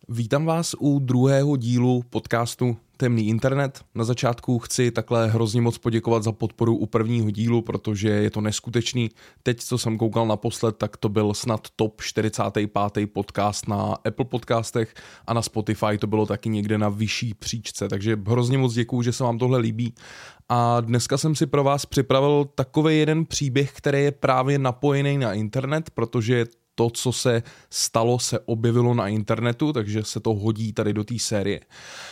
Vítám vás u druhého dílu podcastu Temný internet. Na začátku chci takhle hrozně moc poděkovat za podporu u prvního dílu, protože je to neskutečný. Teď, co jsem koukal naposled, tak to byl snad top 45. podcast na Apple podcastech a na Spotify to bylo taky někde na vyšší příčce, takže hrozně moc děkuju, že se vám tohle líbí. A dneska jsem si pro vás připravil takový jeden příběh, který je právě napojený na internet, protože to, co se stalo, se objevilo na internetu, takže se to hodí tady do té série.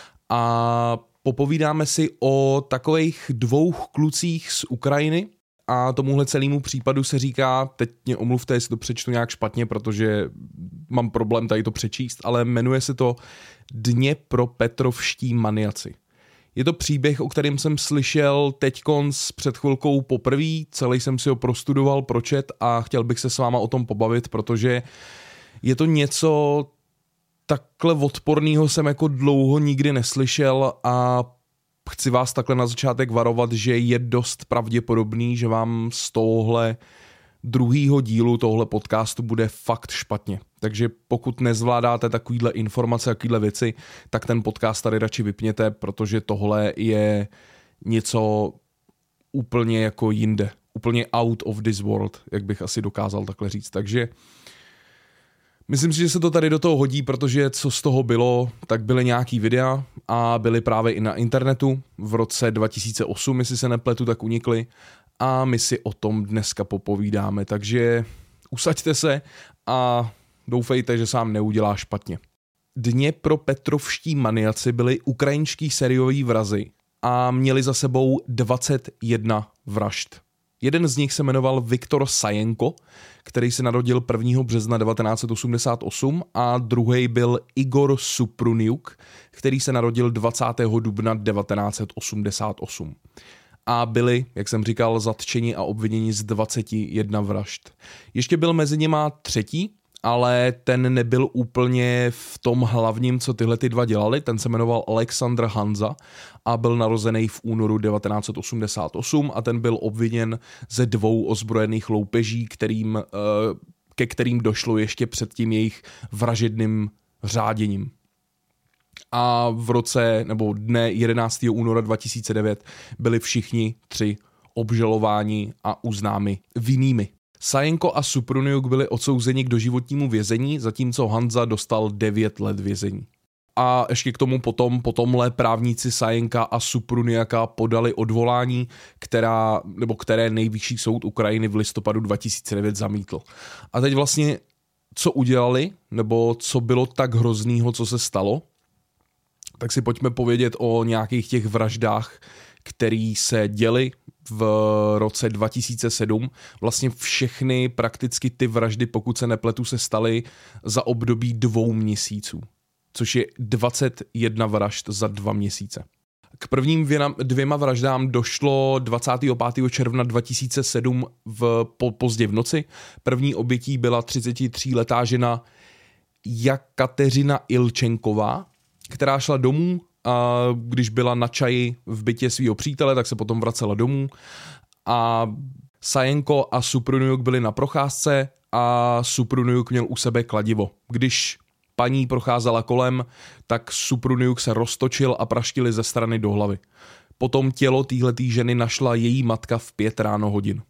A popovídáme si o takových dvou klucích z Ukrajiny a tomuhle celému případu se říká, teď mě omluvte, jestli to přečtu nějak špatně, protože mám problém tady to přečíst, ale jmenuje se to Dněpropetrovští maniaci. Je to příběh, o kterém jsem slyšel teďkonc před chvilkou poprvé, celý jsem si ho prostudoval, pročet a chtěl bych se s váma o tom pobavit, protože je to něco takhle odporného jsem jako dlouho nikdy neslyšel a chci vás takhle na začátek varovat, že je dost pravděpodobný, že vám z tohohle druhýho dílu tohle podcastu bude fakt špatně. Takže pokud nezvládáte takovýhle informace, takovýhle věci, tak ten podcast tady radši vypněte, protože tohle je něco úplně jako jinde. Úplně out of this world, jak bych asi dokázal takhle říct. Takže myslím si, že se to tady do toho hodí, protože co z toho bylo, tak byly nějaký videa a byly právě i na internetu. V roce 2008, jestli se nepletu, tak unikly. A my si o tom dneska popovídáme, takže usaďte se a doufejte, že se vám neudělá špatně. Dněpropetrovští maniaci byli ukrajinští sérioví vrazi a měli za sebou 21 vražd. Jeden z nich se jmenoval Viktor Sajenko, který se narodil 1. března 1988 a druhý byl Igor Supruniuk, který se narodil 20. dubna 1988. A byli, jak jsem říkal, zatčeni a obviněni z 21 vražd. Ještě byl mezi nima třetí, ale ten nebyl úplně v tom hlavním, co tyhle ty dva dělali. Ten se jmenoval Alexandr Hanza a byl narozený v únoru 1988 a ten byl obviněn ze 2 ozbrojených loupeží, ke kterým došlo ještě před tím jejich vražedným řáděním. A v roce, nebo dne 11. února 2009 byli všichni 3 obžalováni a uznámi vinnými. Sajenko a Supruniuk byli odsouzeni k doživotnímu vězení, zatímco Hanza dostal 9 let vězení. A ještě k tomu potomhle právníci Sajenka a Supruniaka podali odvolání, které nejvyšší soud Ukrajiny v listopadu 2009 zamítl. A teď vlastně, co udělali, nebo co bylo tak hroznýho, co se stalo, tak si pojďme povědět o nějakých těch vraždách, které se děly v roce 2007. Vlastně všechny prakticky ty vraždy, pokud se nepletu, se staly za období 2 měsíců, což je 21 vražd za 2 měsíce. K prvním 2 vraždám došlo 25. června 2007 pozdě v noci. První obětí byla 33letá žena Jekateřina Ilčenková, která šla domů a když byla na čaji v bytě svého přítele, tak se potom vracela domů a Sajenko a Supruniuk byli na procházce a Supruniuk měl u sebe kladivo. Když paní procházela kolem, tak Supruniuk se roztočil a praštili ze strany do hlavy. Potom tělo téhletý ženy našla její matka v 5 ráno hodin.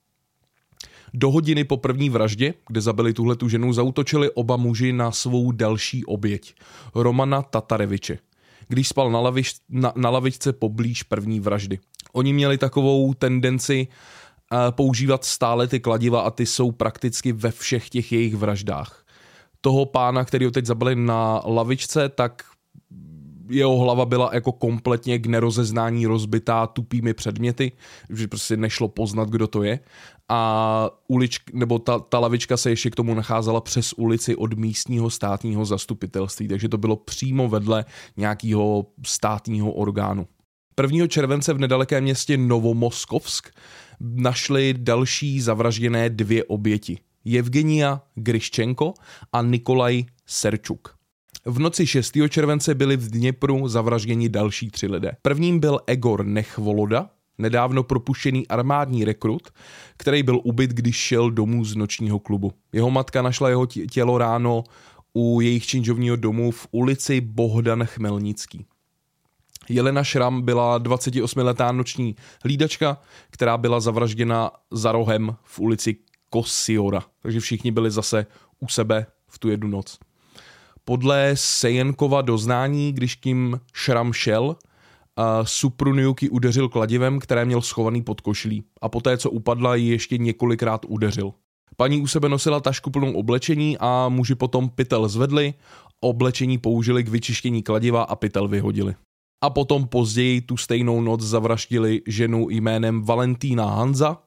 Do hodiny po první vraždě, kde zabili tuhletu ženu, zaútočili oba muži na svou další oběť, Romana Tatareviče, když spal na lavičce poblíž první vraždy. Oni měli takovou tendenci používat stále ty kladiva a ty jsou prakticky ve všech těch jejich vraždách. Toho pána, který ho teď zabili na lavičce, tak jeho hlava byla jako kompletně k nerozeznání rozbitá tupými předměty, že prostě nešlo poznat, kdo to je. A ta lavička se ještě k tomu nacházela přes ulici od místního státního zastupitelství, takže to bylo přímo vedle nějakého státního orgánu. 1. července v nedalekém městě Novomoskovsk našli další zavražděné 2 oběti. Evgenia Gryščenko a Nikolaj Serčuk. V noci 6. července byli v Dněpru zavražděni další 3 lidé. Prvním byl Egor Nechvoloda, nedávno propuštěný armádní rekrut, který byl ubyt, když šel domů z nočního klubu. Jeho matka našla jeho tělo ráno u jejich činžovního domu v ulici Bohdan Chmelnický. Jelena Šram byla 28letá noční hlídačka, která byla zavražděna za rohem v ulici Kosiora. Takže všichni byli zase u sebe v tu jednu noc. Podle Sejenkova doznání, když tím Šram šel, Supruniuky udeřil kladivem, které měl schovaný pod košilí, a poté, co upadla, ji ještě několikrát udeřil. Paní u sebe nosila tašku plnou oblečení a muži potom pytel zvedli, oblečení použili k vyčištění kladiva a pytel vyhodili. A potom později tu stejnou noc zavraždili ženu jménem Valentína Hanza.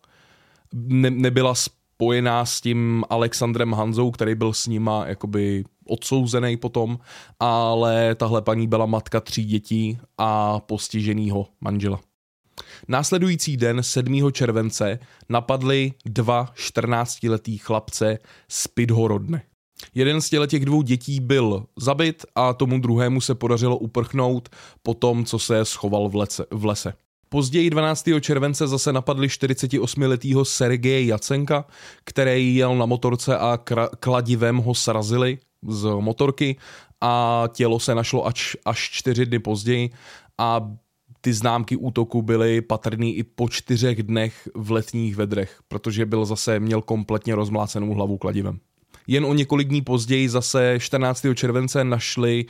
Nebyla spojená s tím Alexandrem Hanzou, který byl s nima jakoby odsouzený potom, ale tahle paní byla matka 3 dětí a postiženýho manžela. Následující den 7. července napadli 2 14letý chlapce z Pidhorodne. Jeden z těch 2 dětí byl zabit a tomu druhému se podařilo uprchnout po tom, co se schoval v lese. Později 12. července zase napadli 48letýho Sergeje Jacenka, který jel na motorce a kladivem ho srazili z motorky a tělo se našlo až 4 dny později a ty známky útoku byly patrný i po 4 dnech v letních vedrech, protože měl kompletně rozmlácenou hlavu kladivem. Jen o několik dní později zase 14. července našli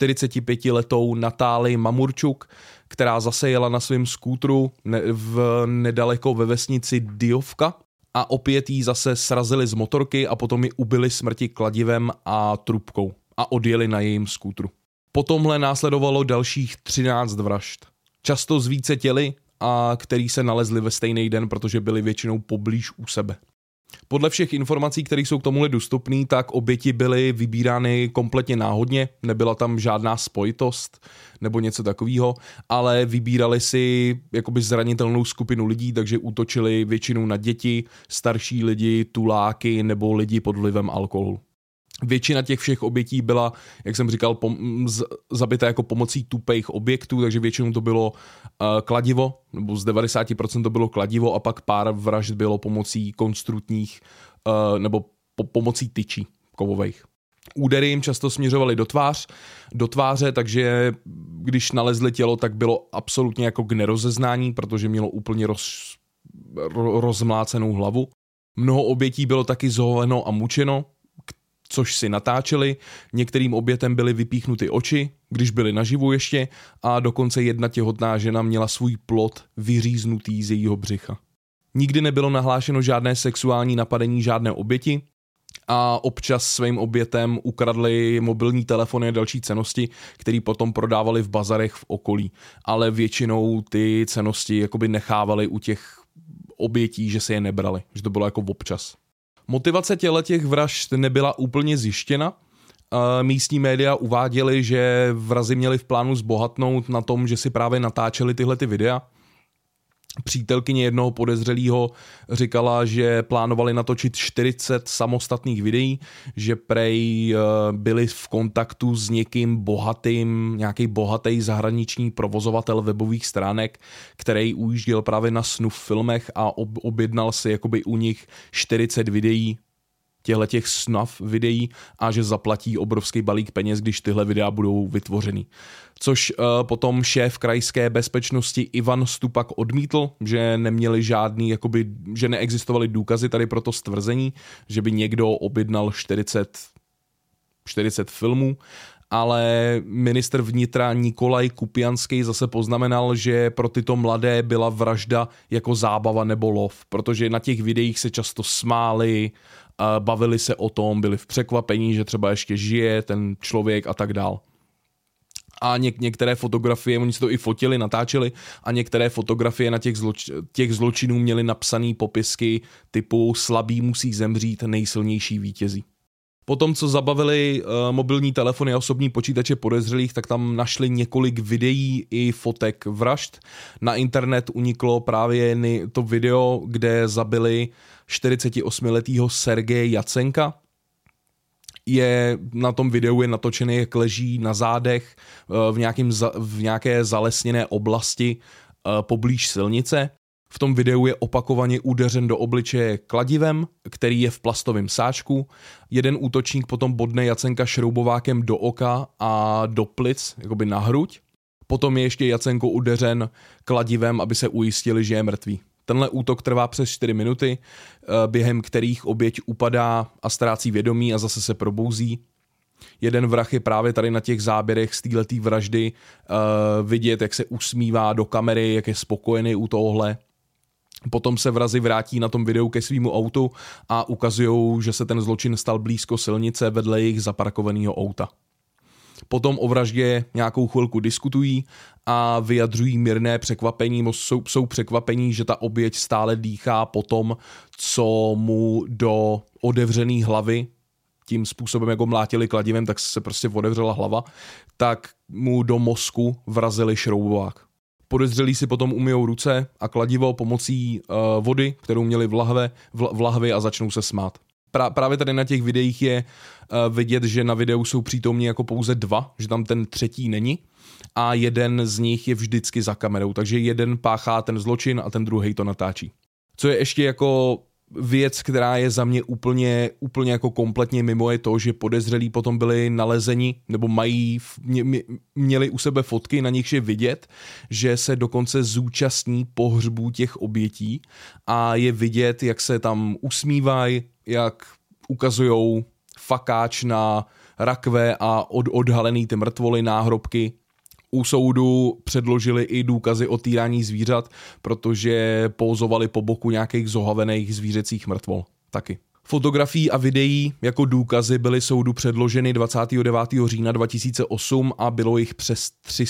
45letou Natálii Mamurčuk, která zase jela na svém skútru nedaleko ve vesnici Dijovka a opět jí zase srazili z motorky a potom ji ubili smrti kladivem a trubkou a odjeli na jejím skútru. Potomhle následovalo dalších 13 vražd. Často z více těly, a který se nalezli ve stejný den, protože byli většinou poblíž u sebe. Podle všech informací, které jsou k tomuhle dostupné, tak oběti byly vybírány kompletně náhodně, nebyla tam žádná spojitost nebo něco takového, ale vybírali si jakoby zranitelnou skupinu lidí, takže útočili většinou na děti, starší lidi, tuláky nebo lidi pod vlivem alkoholu. Většina těch všech obětí byla, jak jsem říkal, zabita jako pomocí tupých objektů, takže většinou to bylo kladivo, nebo z 90% to bylo kladivo a pak pár vražd bylo pomocí konstrukčních nebo pomocí tyčí kovových. Údery jim často směřovaly do tváře, takže když nalezli tělo, tak bylo absolutně jako k nerozeznání, protože mělo úplně rozmlácenou hlavu. Mnoho obětí bylo taky zholeno a mučeno, což si natáčeli, některým obětem byly vypíchnuty oči, když byly naživu ještě, a dokonce jedna těhotná žena měla svůj plod vyříznutý z jejího břicha. Nikdy nebylo nahlášeno žádné sexuální napadení žádné oběti a občas svým obětem ukradli mobilní telefony a další cennosti, které potom prodávali v bazarech v okolí, ale většinou ty cennosti jakoby nechávali u těch obětí, že se je nebrali, že to bylo jako občas. Motivace těch vražd nebyla úplně zjištěna. Místní média uváděly, že vrazi měli v plánu zbohatnout na tom, že si právě natáčeli tyhle ty videa. Přítelkyně jednoho podezřelého říkala, že plánovali natočit 40 samostatných videí, že prej byli v kontaktu s někým bohatým, nějaký bohatý zahraniční provozovatel webových stránek, který ujížděl právě na snuff filmech a objednal si jakoby u nich 40 videí, těch snuff videí, a že zaplatí obrovský balík peněz, když tyhle videa budou vytvořeny. Což potom šéf krajské bezpečnosti Ivan Stupak odmítl, že neměli žádný, jakoby, že neexistovaly důkazy tady pro to stvrzení, že by někdo objednal 40 filmů, ale ministr vnitra Nikolaj Kupianský zase poznamenal, že pro tyto mladé byla vražda jako zábava nebo lov, protože na těch videích se často smáli, bavili se o tom, byli v překvapení, že třeba ještě žije ten člověk a tak dál. A některé fotografie, oni si to i fotili, natáčeli, a některé fotografie na těch zločinů měly napsané popisky typu slabý musí zemřít, nejsilnější vítězí. Potom, co zabavili mobilní telefony a osobní počítače podezřelých, tak tam našli několik videí i fotek vražd. Na internet uniklo právě to video, kde zabili 48letýho Sergeje Jacenka. Na tom videu je natočený, jak leží na zádech v nějaké zalesněné oblasti poblíž silnice. V tom videu je opakovaně udeřen do obličeje kladivem, který je v plastovém sáčku. Jeden útočník potom bodne Jacenka šroubovákem do oka a do plic, jakoby na hruď. Potom je ještě Jacenko udeřen kladivem, aby se ujistili, že je mrtvý. Tenhle útok trvá přes 4 minuty, během kterých oběť upadá a ztrácí vědomí a zase se probouzí. Jeden vrah je právě tady na těch záběrech z téhletý vraždy vidět, jak se usmívá do kamery, jak je spokojený u tohohle. Potom se vrazi vrátí na tom videu ke svýmu autu a ukazujou, že se ten zločin stal blízko silnice vedle jejich zaparkovaného auta. Potom o vraždě nějakou chvilku diskutují a vyjadřují mírné překvapení, jsou překvapení, že ta oběť stále dýchá po tom, co mu do otevřené hlavy, tím způsobem, jak ho mlátili kladivem, tak se prostě otevřela hlava, tak mu do mozku vrazili šroubovák. Podezřelí si potom umyjou ruce a kladivo pomocí vody, kterou měli v lahvi a začnou se smát. Právě tady na těch videích je vidět, že na videu jsou přítomní jako pouze 2, že tam ten třetí není a jeden z nich je vždycky za kamerou, takže jeden páchá ten zločin a ten druhý to natáčí. Co je ještě jako věc, která je za mě úplně jako kompletně mimo, je to, že podezřelí potom byli nalezeni nebo měli u sebe fotky, na nichž je vidět, že se dokonce zúčastní pohřbů těch obětí a je vidět, jak se tam usmívají, jak ukazujou fakáč na rakve a odhalený ty mrtvoly, náhrobky. U soudu předložili i důkazy o týrání zvířat, protože pózovali po boku nějakých zohavených zvířecích mrtvol. Taky. Fotografií a videí jako důkazy byly soudu předloženy 29. října 2008 a bylo jich přes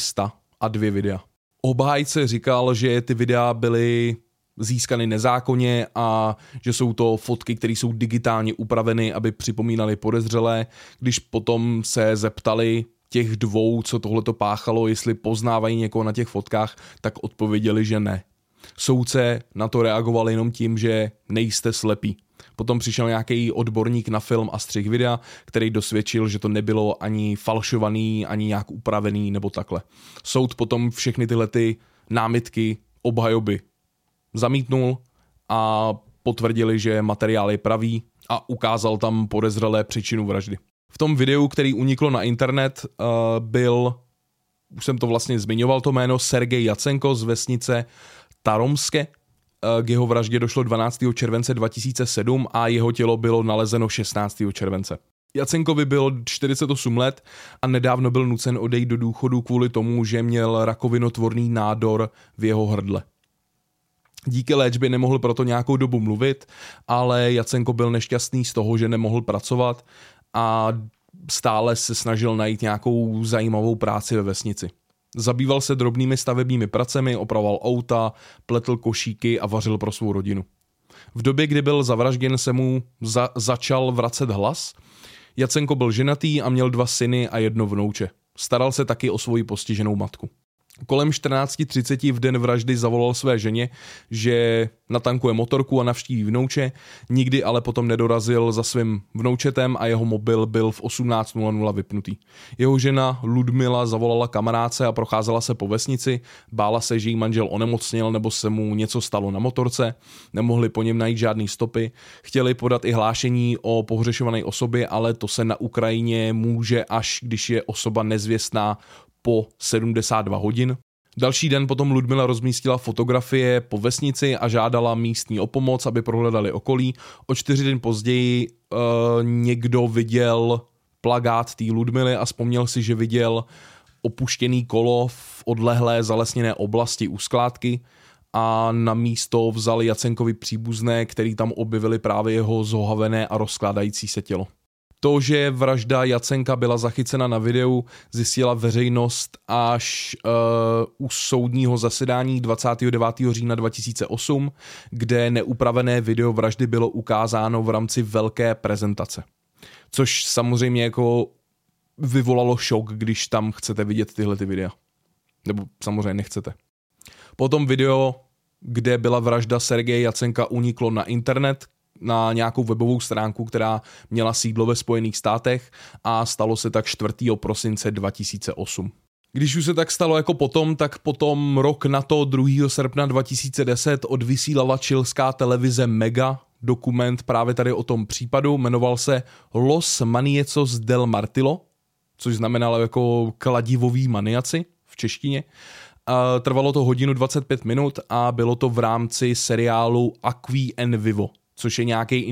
302 videa. Obhájce říkal, že ty videa byly získany nezákonně a že jsou to fotky, které jsou digitálně upraveny, aby připomínaly podezřelé. Když potom se zeptali těch 2, co tohleto páchalo, jestli poznávají někoho na těch fotkách, tak odpověděli, že ne. Soudce na to reagoval jenom tím, že nejste slepí. Potom přišel nějaký odborník na film a střih videa, který dosvědčil, že to nebylo ani falšovaný, ani nějak upravený nebo takhle. Soud potom všechny tyhle námitky obhajoby zamítnul a potvrdili, že materiál je pravý a ukázal tam podezřelé příčinu vraždy. V tom videu, který uniklo na internet, byl, už jsem to vlastně zmiňoval to jméno, Sergej Jacenko z vesnice Taromske. K jeho vraždě došlo 12. července 2007 a jeho tělo bylo nalezeno 16. července. Jacenkovi bylo 48 let a nedávno byl nucen odejít do důchodu kvůli tomu, že měl rakovinotvorný nádor v jeho hrdle. Díky léčbě nemohl proto nějakou dobu mluvit, ale Jacenko byl nešťastný z toho, že nemohl pracovat a stále se snažil najít nějakou zajímavou práci ve vesnici. Zabýval se drobnými stavebními pracemi, opravoval auta, pletl košíky a vařil pro svou rodinu. V době, kdy byl zavražděn, se mu začal vracet hlas. Jacenko byl ženatý a měl 2 syny a 1 vnouče. Staral se taky o svoji postiženou matku. Kolem 14:30 v den vraždy zavolal své ženě, že natankuje motorku a navštíví vnouče, nikdy ale potom nedorazil za svým vnoučetem a jeho mobil byl v 18:00 vypnutý. Jeho žena Ludmila zavolala kamarádce a procházela se po vesnici, bála se, že jí manžel onemocněl nebo se mu něco stalo na motorce, nemohli po něm najít žádný stopy, chtěli podat i hlášení o pohřešované osobě, ale to se na Ukrajině může, až když je osoba nezvěstná po 72 hodin. Další den potom Ludmila rozmístila fotografie po vesnici a žádala místní o pomoc, aby prohledali okolí. O 4 dny později někdo viděl plakát té Ludmily a vzpomněl si, že viděl opuštěný kolo v odlehlé zalesněné oblasti u skládky a na místo vzal Jacenkovi příbuzné, který tam objevili právě jeho zohavené a rozkládající se tělo. To, že vražda Jacenka byla zachycena na videu, zjistila veřejnost až u soudního zasedání 29. října 2008, kde neupravené video vraždy bylo ukázáno v rámci velké prezentace. Což samozřejmě jako vyvolalo šok, když tam chcete vidět tyhle ty videa. Nebo samozřejmě nechcete. Potom video, kde byla vražda Sergeje Jacenka, uniklo na internet, na nějakou webovou stránku, která měla sídlo ve Spojených státech a stalo se tak 4. prosince 2008. Když už se tak stalo jako potom, tak potom rok na to 2. srpna 2010 odvysílala chilská televize Mega dokument právě tady o tom případu, jmenoval se Los Maniecos del Martillo, což znamenalo jako kladivový maniaci v češtině. Trvalo to 1:25 a bylo to v rámci seriálu Aqui en Vivo, což je nějaký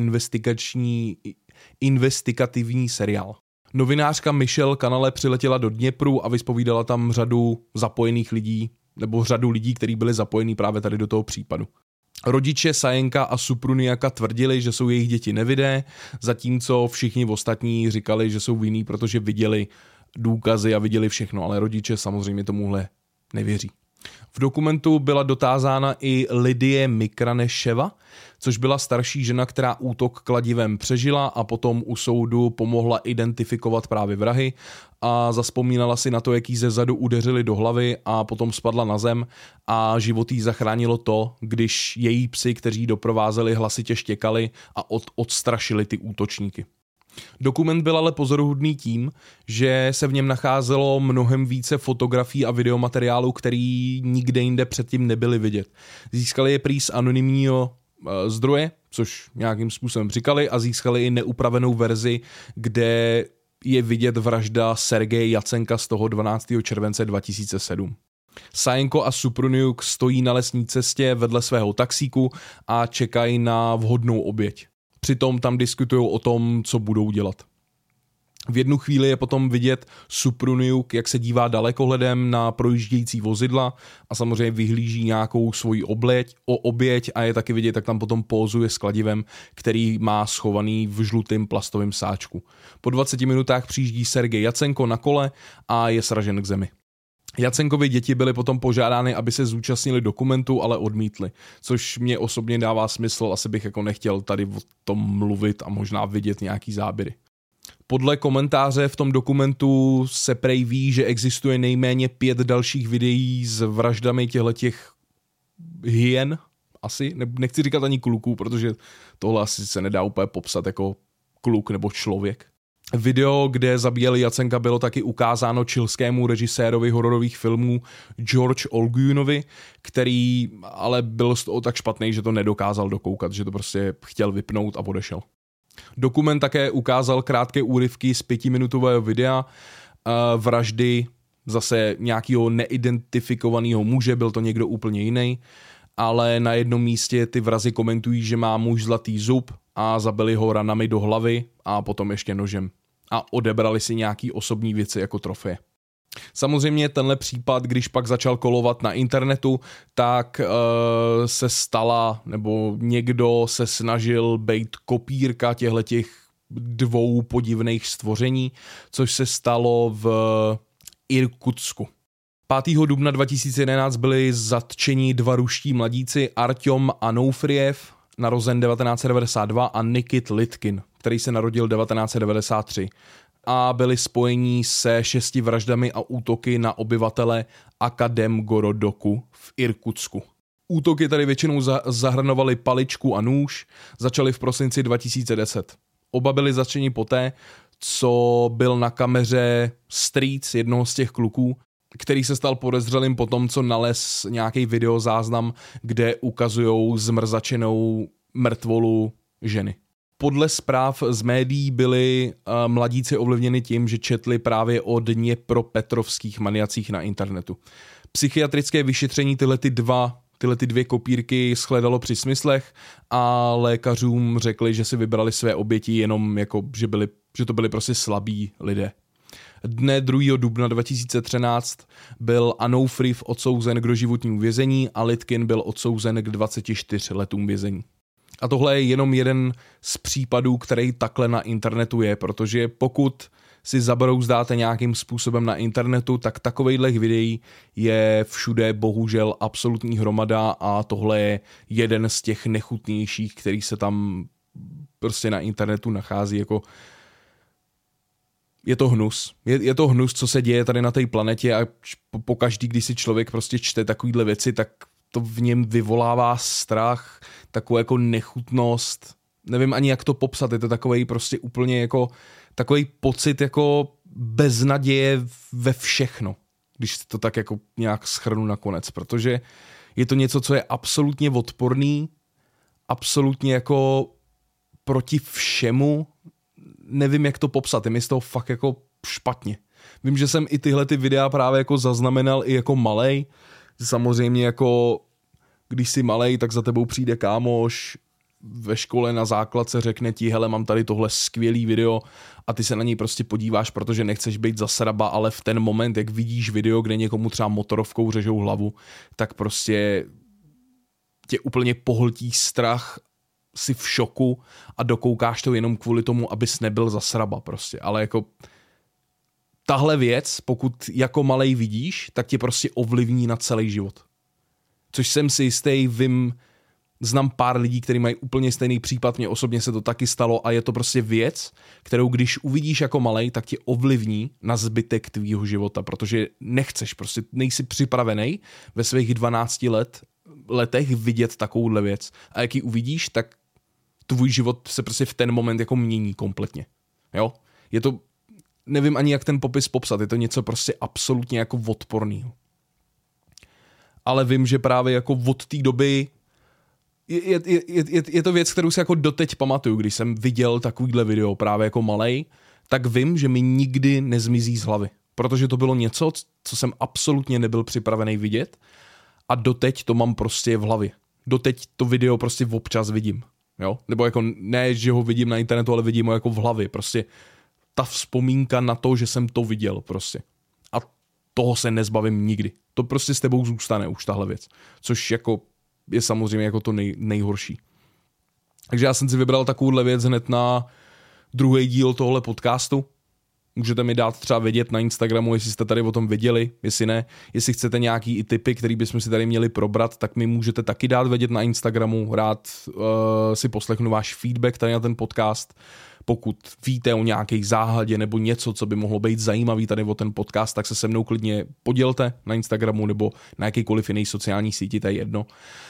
investigativní seriál. Novinářka Michelle Canale přiletěla do Dněpru a vyspovídala tam řadu zapojených lidí, nebo řadu lidí, kteří byli zapojení právě tady do toho případu. Rodiče Sajenka a Supruniaka tvrdili, že jsou jejich děti nevinné, zatímco všichni ostatní říkali, že jsou vinní, protože viděli důkazy a viděli všechno, ale rodiče samozřejmě tomuhle nevěří. V dokumentu byla dotázána i Lidie Mikraneševa, což byla starší žena, která útok kladivem přežila a potom u soudu pomohla identifikovat právě vrahy a zazpomínala si na to, jak jí ze zadu udeřili do hlavy a potom spadla na zem a život jí zachránilo to, když její psi, kteří doprovázeli, hlasitě štěkali a odstrašili ty útočníky. Dokument byl ale pozoruhodný tím, že se v něm nacházelo mnohem více fotografií a videomateriálů, který nikde jinde předtím nebyly vidět. Získali je prý z anonymního zdroje, což nějakým způsobem říkali, a získali i neupravenou verzi, kde je vidět vražda Sergeje Jacenka z toho 12. července 2007. Sajenko a Supruniuk stojí na lesní cestě vedle svého taxíku a čekají na vhodnou oběť. Přitom tam diskutují o tom, co budou dělat. V jednu chvíli je potom vidět Supruniuk, jak se dívá dalekohledem na projíždějící vozidla a samozřejmě vyhlíží nějakou svoji oběť a je taky vidět, jak tam potom pózuje s kladivem, který má schovaný v žlutém plastovém sáčku. Po 20 minutách přijíždí Sergej Jacenko na kole a je sražen k zemi. Jacenkovi děti byly potom požádány, aby se zúčastnili dokumentu, ale odmítli, což mě osobně dává smysl, asi bych jako nechtěl tady o tom mluvit a možná vidět nějaký záběry. Podle komentáře v tom dokumentu se prej ví, že existuje nejméně 5 dalších videí s vraždami těch hyen, asi, nechci říkat ani kluků, protože tohle asi se nedá úplně popsat jako kluk nebo člověk. Video, kde zabíjeli Jacenka, bylo taky ukázáno chilskému režisérovi hororových filmů George Olguinovi, který ale byl z toho tak špatný, že to nedokázal dokoukat, že to prostě chtěl vypnout a odešel. Dokument také ukázal krátké úryvky z 5minutového videa vraždy zase nějakého neidentifikovaného muže, byl to někdo úplně jiný, ale na jednom místě ty vrazy komentují, že má muž zlatý zub a zabili ho ranami do hlavy a potom ještě nožem. A odebrali si nějaký osobní věci jako trofeje. Samozřejmě tenhle případ, když pak začal kolovat na internetu, tak se stala, nebo někdo se snažil být kopírka těchto 2 podivných stvoření, což se stalo v Irkutsku. 5. dubna 2011 byli zatčeni 2 ruští mladíci, Artyom Anoufriev, narozen 1992, a Nikit Litkin, který se narodil 1993. A byli spojení se 6 vraždami a útoky na obyvatele Akademgorodoku v Irkutsku. Útoky tady většinou zahrnovaly paličku a nůž, začaly v prosinci 2010. Oba byli zatčeni poté, co byl na kameře strýc jednoho z těch kluků, který se stal podezřelým po tom, co nalez nějaký videozáznam, kde ukazujou zmrzačenou mrtvolu ženy. Podle zpráv z médií byli mladíci ovlivněni tím, že četli právě o dněpropetrovských maniacích na internetu. Psychiatrické vyšetření tyhle dvě kopírky shledalo při smyslech a lékařům řekli, že si vybrali své oběti jenom jako, že to byli prostě slabí lidé. Dne 2. dubna 2013 byl Anoufriev odsouzen k doživotnímu vězení a Litkin byl odsouzen k 24 letům vězení. A tohle je jenom jeden z případů, který takhle na internetu je, protože pokud si zabrouzdáte nějakým způsobem na internetu, tak takovejhlech videí je všude bohužel absolutní hromada a tohle je jeden z těch nechutnějších, který se tam prostě na internetu nachází jako... Je to hnus. Je to hnus, co se děje tady na té planetě a pokaždý, když si člověk prostě čte takovýhle věci, tak to v něm vyvolává strach, takovou jako nechutnost. Nevím ani, jak to popsat. Je to takovej prostě úplně jako takový pocit jako beznaděje ve všechno. když to tak jako nějak shrnu nakonec, protože je to něco, co je absolutně odporný, absolutně jako proti všemu, nevím, jak to popsat, je mi z toho fakt jako špatně. Vím, že jsem i tyhle ty videa právě jako zaznamenal i jako malej, samozřejmě jako když jsi malej, tak za tebou přijde kámoš ve škole na základce, řekne ti, hele, mám tady tohle skvělý video a ty se na něj prostě podíváš, protože nechceš být zasraba, ale v ten moment, jak vidíš video, kde někomu třeba motorovkou řežou hlavu, tak prostě tě úplně pohltí strach, si v šoku a dokoukáš to jenom kvůli tomu, abys nebyl zasraba prostě, ale jako tahle věc, pokud jako malej vidíš, tak tě prostě ovlivní na celý život. Což jsem si jistý, znám pár lidí, kteří mají úplně stejný případ, mně osobně se to taky stalo a je to prostě věc, kterou když uvidíš jako malej, tak tě ovlivní na zbytek tvýho života, protože nechceš, prostě nejsi připravený ve svých 12 letech vidět takovouhle věc. A jak ji uvidíš, tak tvůj život se prostě v ten moment jako mění kompletně. Jo? Je to, nevím ani jak ten popis popsat, je to něco prostě absolutně jako odporného. Ale vím, že právě jako od té doby je to věc, kterou si jako doteď pamatuju, když jsem viděl takovýhle video právě jako malej, tak vím, že mi nikdy nezmizí z hlavy. Protože to bylo něco, co jsem absolutně nebyl připravený vidět a doteď to mám prostě v hlavě. Doteď to video prostě občas vidím. Jo? Nebo jako ne, že ho vidím na internetu, ale vidím ho jako v hlavě. Prostě ta vzpomínka na to, že jsem to viděl prostě. A toho se nezbavím nikdy. To prostě s tebou zůstane už tahle věc. Což jako je samozřejmě jako to nejhorší. Takže já jsem si vybral takovouhle věc hned na druhý díl tohle podcastu. Můžete mi dát třeba vědět na Instagramu, jestli jste tady o tom viděli, jestli ne. Jestli chcete nějaký i tipy, který bychom si tady měli probrat, tak mi můžete taky dát vědět na Instagramu. Rád si poslechnu váš feedback tady na ten podcast. Pokud víte o nějaké záhadě nebo něco, co by mohlo být zajímavý tady o ten podcast, tak se mnou klidně podělte na Instagramu nebo na jakýkoliv jiný sociální síti, to je jedno.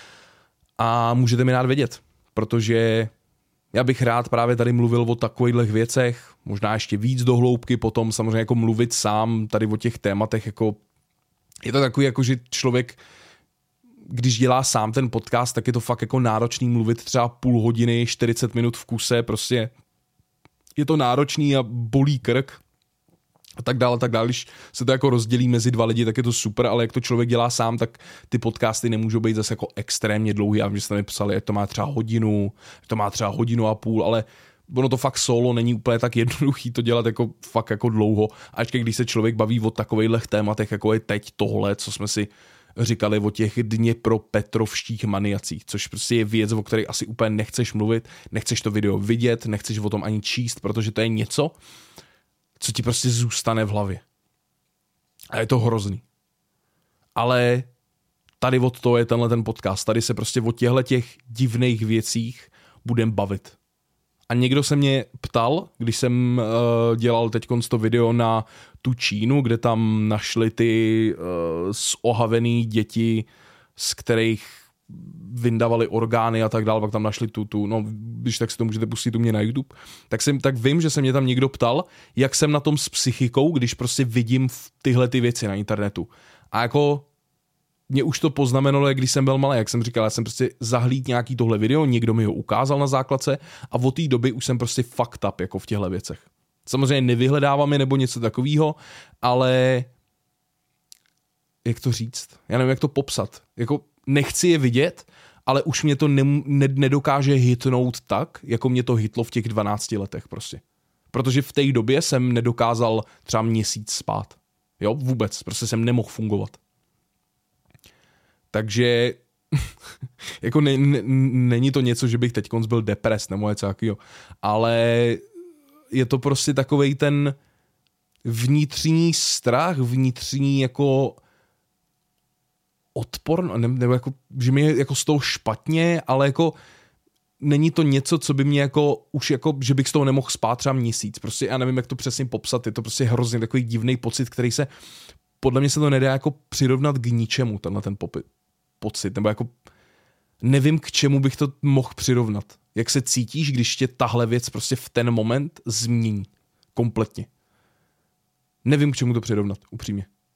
A můžete mi dát vědět, protože já bych rád právě tady mluvil o takových věcech, možná ještě víc do hloubky, potom samozřejmě jako mluvit sám tady o těch tématech, jako je to takový, jako že člověk, když dělá sám ten podcast, tak je to fakt jako náročný mluvit třeba půl hodiny, 40 minut v kuse, prostě je to náročný a bolí krk a tak dále, tak dále. Když se to jako rozdělí mezi dva lidi, tak je to super, ale jak to člověk dělá sám, tak ty podcasty nemůžou být zase jako extrémně dlouhý. Já vím, že jste mi psali, jak to má třeba hodinu, jak to má třeba hodinu a půl, ale ono to fakt solo není úplně tak jednoduchý to dělat jako fakt jako dlouho. A ještě když se člověk baví o takovejhlech tématech, jako je teď tohle, co jsme si říkali o těch dněpropetrovštích maniacích, což prostě je věc, o které asi úplně nechceš mluvit, nechceš to video vidět, nechceš o tom ani číst, protože to je něco, co ti prostě zůstane v hlavě. A je to hrozný. Ale tady od toho je tenhle ten podcast. Tady se prostě o těchto těch divných věcích budem bavit. A někdo se mě ptal, když jsem dělal teďkonc to video na tu Čínu, kde tam našli ty zohavený děti, z kterých vyndavali orgány a tak dále, pak tam našli no když tak si to můžete pustit u mě na YouTube, tak vím, že se mě tam někdo ptal, jak jsem na tom s psychikou, když prostě vidím tyhle ty věci na internetu. A jako mě už to poznamenalo, když jsem byl malý, jak jsem říkal, já jsem prostě zahlídl nějaký tohle video, někdo mi ho ukázal na základce a od té doby už jsem prostě fucked up jako v těchto věcech. Samozřejmě nevyhledávám je nebo něco takového, ale jak to říct? Já nevím, jak to popsat. Jako nechci je vidět, ale už mě to nedokáže hitnout tak, jako mě to hitlo v těch 12 letech prostě. Protože v té době jsem nedokázal třeba měsíc spát. Jo, vůbec. Prostě jsem nemohl fungovat. Takže jako není to něco, že bych teďkonc byl depres nebo něco takového, ale je to prostě takovej ten vnitřní strach, vnitřní jako odpor, nebo jako, že mi je jako z toho špatně, ale jako není to něco, co by mě jako už jako, že bych z toho nemohl spát třeba měsíc. Prostě já nevím, jak to přesně popsat, je to prostě hrozně takový divný pocit, který se, podle mě se to nedá jako přirovnat k ničemu, tenhle ten pocit, nebo jako nevím, k čemu bych to mohl přirovnat. Jak se cítíš, když tě tahle věc prostě v ten moment změní. Kompletně. Nevím, k čemu to přirovnat, upřímně.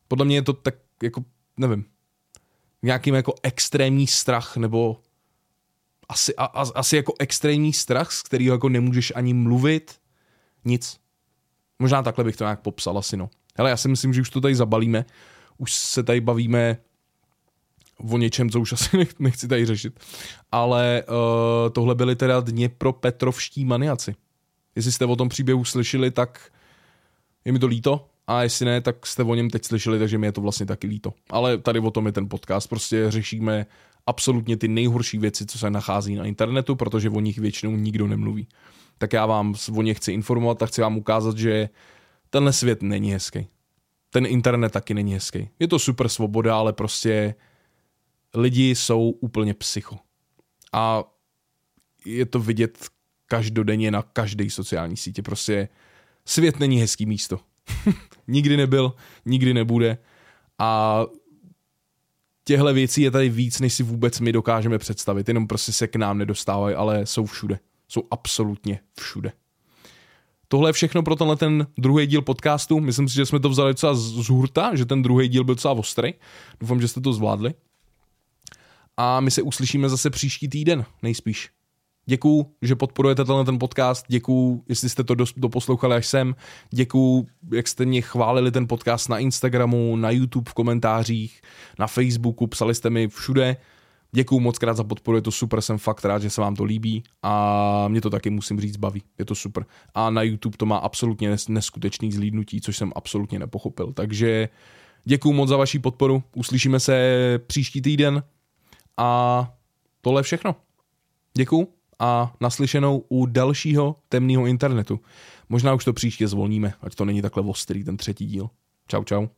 Podle mě je to tak jako, nevím, nějakým jako extrémní strach, nebo asi jako extrémní strach, z kterého jako nemůžeš ani mluvit, nic. Možná takhle bych to nějak popsal asi, no. Hele, já si myslím, že už to tady zabalíme, už se tady bavíme o něčem, co už asi nechci tady řešit. Ale tohle byly teda dněpropetrovští maniaci. Jestli jste o tom příběhu slyšeli, tak je mi to líto. A jestli ne, tak jste o něm teď slyšeli, takže mi je to vlastně taky líto. Ale tady o tom je ten podcast. Prostě řešíme absolutně ty nejhorší věci, co se nachází na internetu, protože o nich většinou nikdo nemluví. Tak já vám o ně chci informovat a chci vám ukázat, že tenhle svět není hezký. Ten internet taky není hezký. Je to super svoboda, ale prostě lidi jsou úplně psycho. A je to vidět každodenně na každé sociální sítě. Prostě svět není hezký místo. Nikdy nebyl, nikdy nebude. A těchto věcí je tady víc, než si vůbec my dokážeme představit. Jenom prostě se k nám nedostávají, ale jsou všude. Jsou absolutně všude. Tohle je všechno pro tenhle ten druhý díl podcastu. Myslím si, že jsme to vzali docela z hurta, že ten druhý díl byl docela ostrý. Doufám, že jste to zvládli. A my se uslyšíme zase příští týden, nejspíš. Děkuju, že podporujete ten podcast, děkuju, jestli jste to doposlouchali až sem, děkuju, jak jste mě chválili ten podcast na Instagramu, na YouTube v komentářích, na Facebooku, psali jste mi všude. Děkuju moc krát za podporu, je to super, jsem fakt rád, že se vám to líbí a mě to taky musím říct baví, je to super. A na YouTube to má absolutně neskutečný zlídnutí, což jsem absolutně nepochopil. Takže děkuju moc za vaši podporu, uslyšíme se příští týden a tohle je všechno. Děkuju a naslyšenou u dalšího temného internetu. Možná už to příště zvolníme, ať to není takhle ostrý ten třetí díl. Čau, čau.